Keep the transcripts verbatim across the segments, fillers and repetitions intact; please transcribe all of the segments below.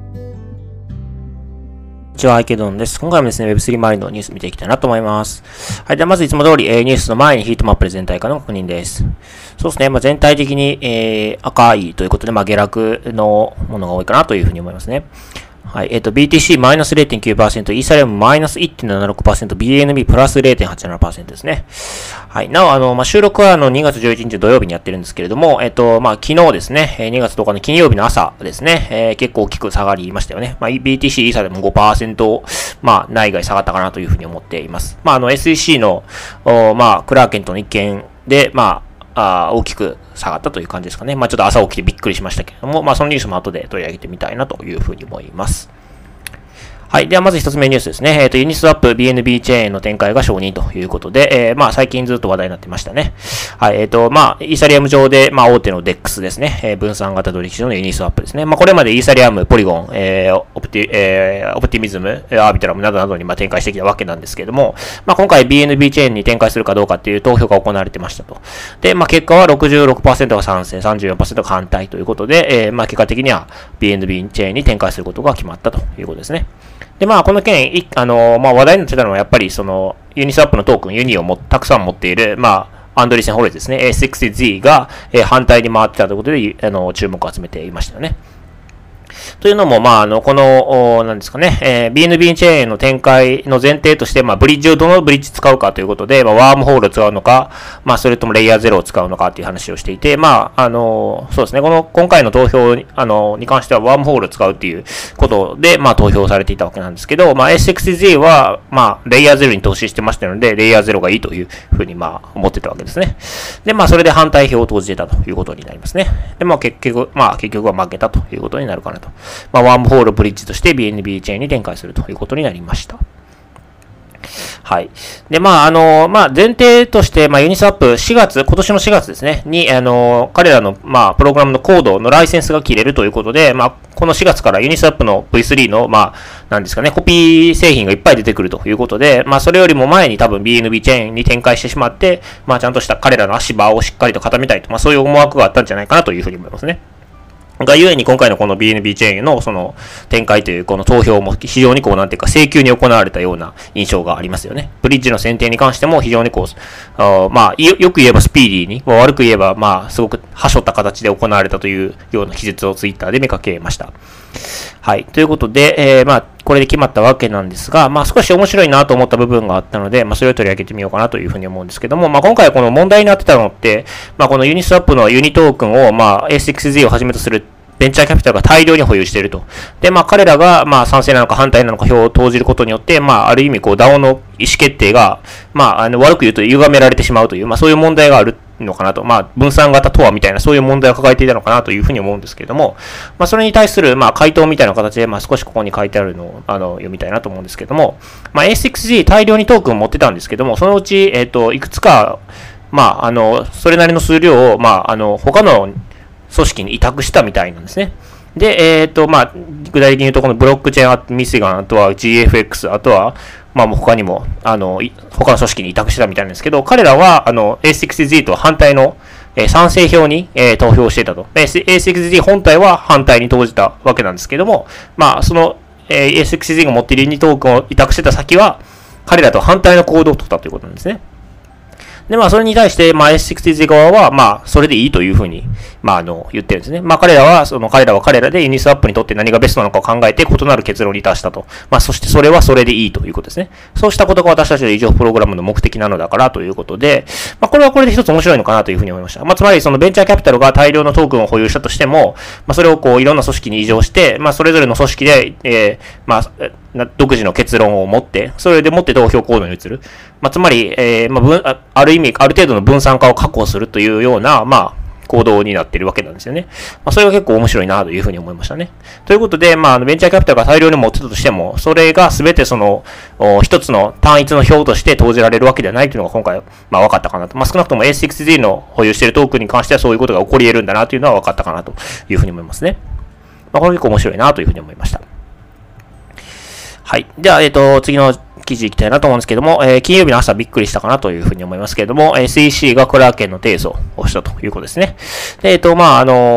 こんにちは、アイケードンです。今回もですね、ウェブスリー 周りのニュース見ていきたいなと思います。はい。では、まずいつも通り、えー、ニュースの前にヒートマップで全体化の確認です。そうですね。まあ、全体的に、えー、赤いということで、まあ、下落のものが多いかなというふうに思いますね。はい。えっ、ー、と、ビーティーシー マイナス れいてんきゅうパーセント、イーサリアムマイナス いってんななろくパーセント、ビーエヌビー プラス れいてんはちななパーセント ですね。はい。なお、あの、まあ、収録はあの、にがつじゅういちにち土曜日にやってるんですけれども、えっ、ー、と、まあ、昨日ですね、にがつとおかの金曜日の朝ですね、えー、結構大きく下がりましたよね。まあ、ビーティーシー、イーサリアム ごパーセント、まあ、内外下がったかなというふうに思っています。まあ、あの、エスイーシー の、まあ、クラーケントの一件で、まあ、あ大きく下がったという感じですかね。まあ、ちょっと朝起きてびっくりしましたけれども、まあ、そのニュースも後で取り上げてみたいなというふうに思います。はい。では、まず一つ目ニュースですね。えっ、ー、と、ユニスワップ ビーエヌビー チェーンの展開が承認ということで、えー、まあ、最近ずっと話題になってましたね。はい。えっ、ー、と、まあ、イーサリアム上で、まあ、大手の デックス ですね。えー、分散型取引所のユニスワップですね。まあ、これまでイーサリアム、ポリゴン、えー、オプティ、えー、オプティミズム、アービトラムなどなどに、まあ、展開してきたわけなんですけれども、まあ、今回 ビーエヌビー チェーンに展開するかどうかっていう投票が行われてましたと。で、まあ、結果は ろくじゅうろくパーセント が賛成、さんじゅうよんパーセント が反対ということで、えー、まあ、結果的には ビーエヌビー チェーンに展開することが決まったということですね。で、まあ、この件、あの、まあ、話題になってたのは、やっぱり、その、ユニスワップのトークン、ユニをもたくさん持っている、まあ、アンドリーセン・ホレですね、エーシックスゼット が、えー、反対に回ってたということで、あの、注目を集めていましたよね。というのも、まあ、あの、この、なんですかね、えー、ビーエヌビー チェーンの展開の前提として、まあ、ブリッジをどのブリッジ使うかということで、まあ、ワームホールを使うのか、まあ、それともレイヤーゼロを使うのかっていう話をしていて、まあ、あの、そうですね、この、今回の投票に、あの、に関してはワームホールを使うっていうことで、まあ、投票されていたわけなんですけど、まあ、エーシックスゼット は、まあ、レイヤーゼロに投資してましたので、レイヤーゼロがいいというふうに、まあ、思ってたわけですね。で、まあ、それで反対票を投じてたということになりますね。で、まあ、結局、まあ、結局は負けたということになるかなと。まあ、ワームホールをブリッジとして ビーエヌビー チェーンに展開するということになりました。はい。で、まあ、あの、まあ、前提として、まあ、ユニスワップしがつ、今年のしがつですね、に、あの、彼らの、まあ、プログラムのコードのライセンスが切れるということで、まあ、このしがつからユニスワップの ブイスリー の、まあ、なんですかね、コピー製品がいっぱい出てくるということで、まあ、それよりも前に多分 ビーエヌビー チェーンに展開してしまって、まあ、ちゃんとした彼らの足場をしっかりと固めたいと、まあ、そういう思惑があったんじゃないかなというふうに思いますね。がゆえに今回のこの ビーエヌビー チェーンのその展開というこの投票も非常にこうなんていうか請求に行われたような印象がありますよね。ブリッジの選定に関しても非常にこう、あまあよく言えばスピーディーに、悪く言えばまあすごくはしょった形で行われたというような記述をツイッターで見かけました。はい。ということで、えー、まあこれで決まったわけなんですが、まあ少し面白いなと思った部分があったので、まあそれを取り上げてみようかなというふうに思うんですけども、まあ今回この問題になってたのって、まあこのユニスワップのユニトークンをまあ エーシックスゼット をはじめとするベンチャーキャピタルが大量に保有していると。で、まあ彼らが、まあ賛成なのか反対なのか票を投じることによって、まあある意味こう ダオ の意思決定が、まああの悪く言うと歪められてしまうという、まあそういう問題があるのかなと。まあ分散型とはみたいなそういう問題を抱えていたのかなというふうに思うんですけれども、まあそれに対するまあ回答みたいな形で、まあ少しここに書いてあるのをあの読みたいなと思うんですけれども、まあ エーシックスゼット 大量にトークンを持ってたんですけども、そのうち、えっと、いくつか、まああの、それなりの数量を、まああの、他の組織に委託したみたいなんですね。で、えっと、まあ、具体的に言うと、このブロックチェーンミシガン、あとは ジーエフエックス、あとは、まあ、もう他にも、あの、他の組織に委託したみたいなんですけど、彼らは、あの、エーシックスゼット 反対の、えー、賛成票に、えー、投票していたと。エーシックスゼット 本体は反対に投じたわけなんですけども、まあ、その、えー、エーシックスゼット が持っているユニトークンを委託してた先は、彼らと反対の行動を取ったということなんですね。で、まあ、それに対して、まあ、エーシックスゼット 側は、まあ、それでいいというふうに、まあ、あの、言ってるんですね。まあ、彼らは、その、彼らは彼らでユニスワップにとって何がベストなのかを考えて異なる結論に達したと。まあ、そしてそれはそれでいいということですね。そうしたことが私たちの異常プログラムの目的なのだからということで、まあ、これはこれで一つ面白いのかなというふうに思いました。まあ、つまり、そのベンチャーキャピタルが大量のトークンを保有したとしても、まあ、それをこう、いろんな組織に異常して、まあ、それぞれの組織で、えー、まあ、独自の結論を持って、それでもって投票行動に移る。まあ、つまり、えー、まあ、ある意味、ある程度の分散化を確保するというような、まあ、行動になっているわけなんですよね。まあ、それが結構面白いなというふうに思いましたね。ということで、まあ、ベンチャーキャピタルが大量に持ってたとしても、それが全てその、一つの単一の票として投じられるわけではないというのが今回、まあ、分かったかなと。まあ、少なくとも エーシックスゼット の保有しているトークンに関してはそういうことが起こり得るんだなというのは分かったかなというふうに思いますね。まあ、これ結構面白いなというふうに思いました。はい。では、えっと、次の記事いきたいなと思うんですけども、えー、金曜日の朝びっくりしたかなというふうに思いますけれども、エスイーシー がクラーケンの提訴をしたということですね。で、えっと、まあ、あのー、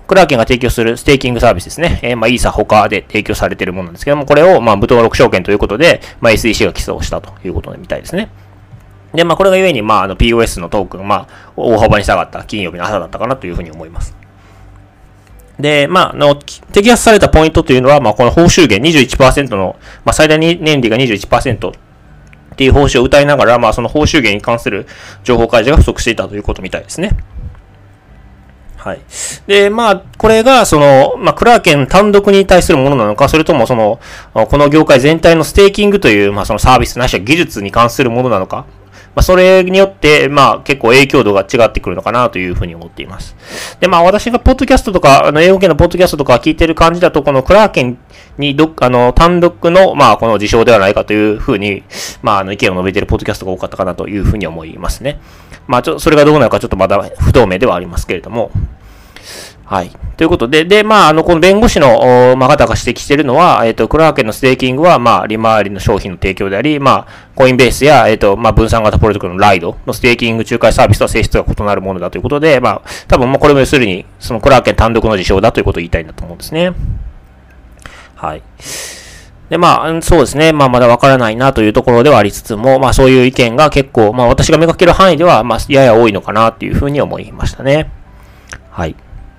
クラーケンが提供するステーキングサービスですね。えー、まあ、イーサ他で提供されているものなんですけども、これを、まあ、無登録証券ということで、まあ、エスイーシー が起訴をしたということみたいですね。で、まあ、これがゆえに、まあ、あの、ピーオーエス のトークン、まあ、大幅に下がった金曜日の朝だったかなというふうに思います。で、まあ、の、摘発されたポイントというのは、まあ、この報酬減 にじゅういちパーセント の、まあ、最大年利が にじゅういちパーセント っていう報酬を謳いながら、まあ、その報酬減に関する情報開示が不足していたということみたいですね。はい。で、まあ、これが、その、まあ、クラーケン単独に対するものなのか、それとも、その、この業界全体のステーキングという、まあ、そのサービスないしは技術に関するものなのか、まあ、それによって、まあ、結構影響度が違ってくるのかなというふうに思っています。で、まあ、私がポッドキャストとか、あの、英語系のポッドキャストとか聞いてる感じだと、このクラーケンにど、あの、単独の、まあ、この事象ではないかというふうに、まあ、あの、意見を述べているポッドキャストが多かったかなというふうに思いますね。まあ、ちょ、それがどうなるかちょっとまだ不透明ではありますけれども。はい。ということで、で、まあ、あの、この弁護士の、まあ、方が指摘しているのは、えっと、クラーケンのステーキングは、まあ、利回りの商品の提供であり、まあ、コインベースや、えっと、まあ、分散型プロジェクトのライドのステーキング仲介サービスとは性質が異なるものだということで、まあ、多分、まあ、これも要するに、そのクラーケン単独の事象だということを言いたいんだと思うんですね。はい。で、まあ、そうですね。まあ、まだわからないなというところではありつつも、まあ、そういう意見が結構、まあ、私が見かける範囲では、まあ、やや多いのかなというふうに思いましたね。はい。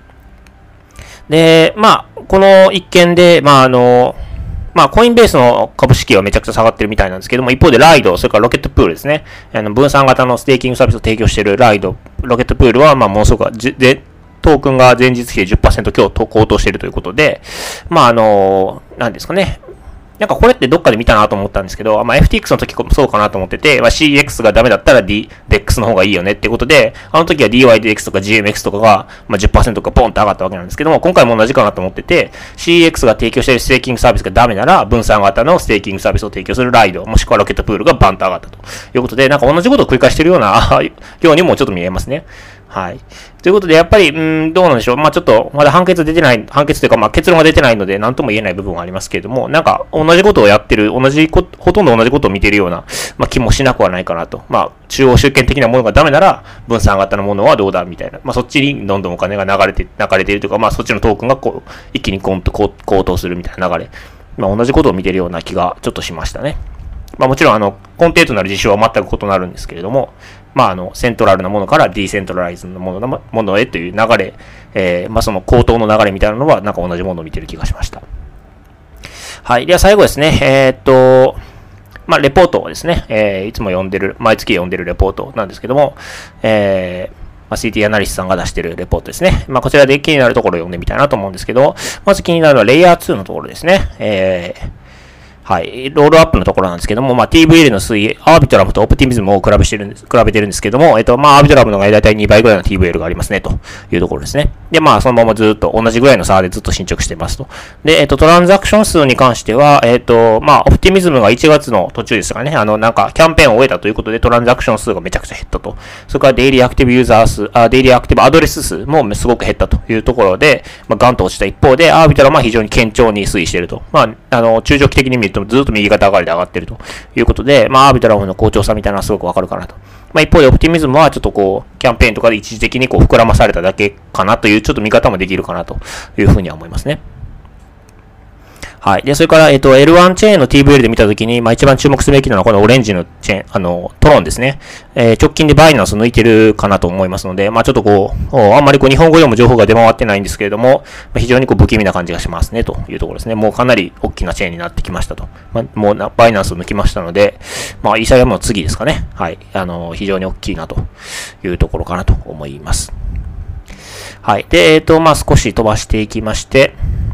で、まあ、この一件で、まあ、あの、まあ、コインベースの株式はめちゃくちゃ下がってるみたいなんですけども、一方でライド、それからロケットプールですね。あの、分散型のステーキングサービスを提供しているライド、ロケットプールは、まあ、ものすごく、で、トークンが前日比で じゅっパーセント 強高騰しているということで、まあ、あの、何ですかね。なんかこれってどっかで見たなと思ったんですけど、まあ、エフティーエックス の時もそうかなと思ってて、まあ、シーエックス がダメだったら D、デックス の方がいいよねってことで、あの時は ディーワイディーエックス とか ジーエムエックス とかが、まあ、じゅっパーセント とかポンと上がったわけなんですけども、今回も同じかなと思ってて、シーエックス が提供しているステーキングサービスがダメなら、分散型のステーキングサービスを提供するライド、もしくはロケットプールがバンと上がったということで、なんか同じことを繰り返しているようなようにもちょっと見えますね。はい。ということで、やっぱり、うん、どうなんでしょう。まあちょっと、まだ判決出てない、判決というか、まあ結論が出てないので、なんとも言えない部分はありますけれども、なんか、同じことをやってる、同じこ、ほとんど同じことを見ているような、まあ気もしなくはないかなと。まあ、中央集権的なものがダメなら、分散型のものはどうだみたいな。まあそっちにどんどんお金が流れて、流れているというか、まあそっちのトークンがこう、一気にコンと高騰するみたいな流れ。まあ同じことを見ているような気がちょっとしましたね。まあもちろん、あの、根底となる事象は全く異なるんですけれども、まああの、セントラルなものからディーセントラライズのものものへという流れ、えー、まあその高騰の流れみたいなのは、なんか同じものを見てる気がしました。はい。では最後ですね、えー、っと、まあレポートですね、えー、いつも読んでる、毎月読んでるレポートなんですけども、えー、まあ、シーティー アナリストさんが出しているレポートですね。まあこちらで気になるところを読んでみたいなと思うんですけど、まず気になるのはレイヤーツーのところですね。えーはい。ロールアップのところなんですけども、まあ、ティーブイエル の推移、アービトラムとオプティミズムを比べしてるんです、比べてるんですけども、えっと、まあ、アービトラムのがだいたいにばいぐらいの ティーブイエル がありますね、というところですね。で、まあ、そのままずっと同じぐらいの差でずっと進捗してますと。で、えっと、トランザクション数に関しては、えっと、まあ、オプティミズムがいちがつの途中ですかね、あの、なんか、キャンペーンを終えたということで、トランザクション数がめちゃくちゃ減ったと。それから、デイリーアクティブユーザー数、あ、デイリーアクティブアドレス数もすごく減ったというところで、まあ、ガンと落ちた一方で、アービトラムは非常に堅調に推移していると。まあ、あの、中長期的に見るとずっと右肩上がりで上がっているということで、まあ、アービトラムの好調さみたいなのはすごくわかるかなと。まあ、一方で、オプティミズムはちょっとこう、キャンペーンとかで一時的にこう、膨らまされただけかなという、ちょっと見方もできるかなというふうには思いますね。はい。で、それから、えっと、エルワン チェーンの ティーブイエル で見たときに、まあ、一番注目すべきなのは、このオレンジのチェーン、あの、トロンですね。えー、直近でバイナンス抜いてるかなと思いますので、まあ、ちょっとこう、あんまりこう、日本語でも情報が出回ってないんですけれども、非常にこう、不気味な感じがしますね、というところですね。もうかなり大きなチェーンになってきましたと。まあ、もうな、バイナンスを抜きましたので、まあ、イーサリアムの次ですかね。はい。あの、非常に大きいなというところかなと思います。はい。で、えっと、まあ、少し飛ばしていきまして、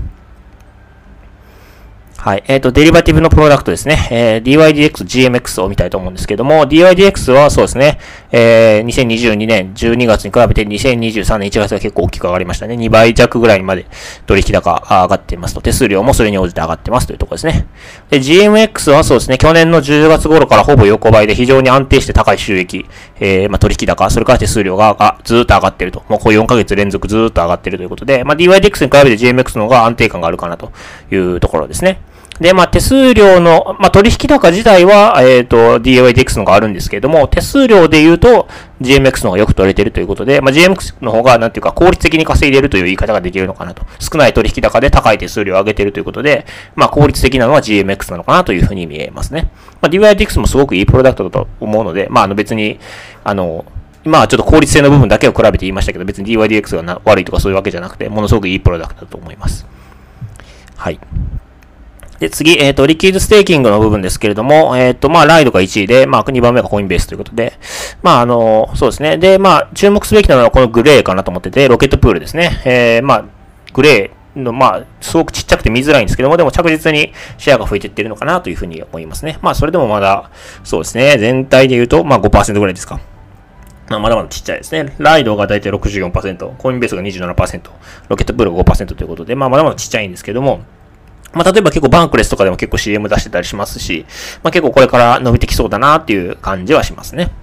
はい。えっと、デリバティブのプロダクトですね。えー、ディーワイディーエックス、ジーエムエックス を見たいと思うんですけども、ディーワイディーエックス はそうですね、えー、にせんにじゅうにねんじゅうにがつに比べてにせんにじゅうさんねんいちがつが結構大きく上がりましたね。にばい弱ぐらいにまで取引高上がっていますと。手数料もそれに応じて上がってますというところですね。で、ジーエムエックス はそうですね、去年のじゅうがつ頃からほぼ横ばいで非常に安定して高い収益、えー、まあ、取引高、それから手数料があずーっと上がっていると。もうこうよんかげつ連続ずーっと上がっているということで、まあ、ディーワイディーエックス に比べて ジーエムエックス の方が安定感があるかなというところですね。 で、まあ、手数料の、まあ、取引高自体は、えっと、ディーエーワイディーエックス の方があるんですけれども、手数料で言うと、ジーエムエックス の方がよく取れているということで、まあ、ジーエムエックス の方が、なんていうか、効率的に稼いでいるという言い方ができるのかなと。少ない取引高で高い手数料を上げているということで、まあ、効率的なのは ジーエムエックス なのかなというふうに見えますね。まあ、ディーワイディーエックス もすごくいいプロダクトだと思うので、まあ、あの、別に、あの、今はちょっと効率性の部分だけを比べて言いましたけど、別に ディーワイディーエックス が悪いとかそういうわけじゃなくて、ものすごくいいプロダクトだと思います。はい。で、次、えっと、リキッドステーキングの部分ですけれども、えっと、まあ、ライドがいちいで、まあ、にばんめがコインベースということで、まあ、あの、そうですね。で、まあ、注目すべきなのはこのグレーかなと思ってて、ロケットプールですね。えー、まあ、グレーの、まあ、すごくちっちゃくて見づらいんですけども、でも着実にシェアが増えていってるのかなというふうに思いますね。まあ、それでもまだ、そうですね。全体で言うと、まあ、ごパーセントぐらいですか。まあ、まだまだちっちゃいですね。ライドがだいたい ろくじゅうよんパーセント、コインベースが にじゅうななパーセント、ロケットプールが ごパーセント ということで、まあ、まだまだちっちゃいんですけども、まあ、例えば結構バンクレスとかでも結構 シーエム 出してたりしますし、まあ、結構これから伸びてきそうだなっていう感じはしますね。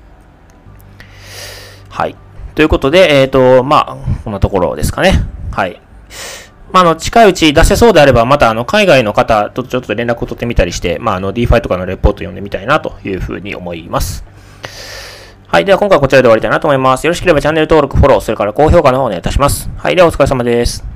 はい。ということで、えっと、まあ、こんなところですかね。はい。まあ、あの、近いうち出せそうであれば、またあの、海外の方とちょっと連絡を取ってみたりして、まあ、あの、ディーファイ とかのレポート読んでみたいなというふうに思います。はい。では今回はこちらで終わりたいなと思います。よろしければチャンネル登録、フォロー、それから高評価の方をお願いいたします。はい。ではお疲れ様です。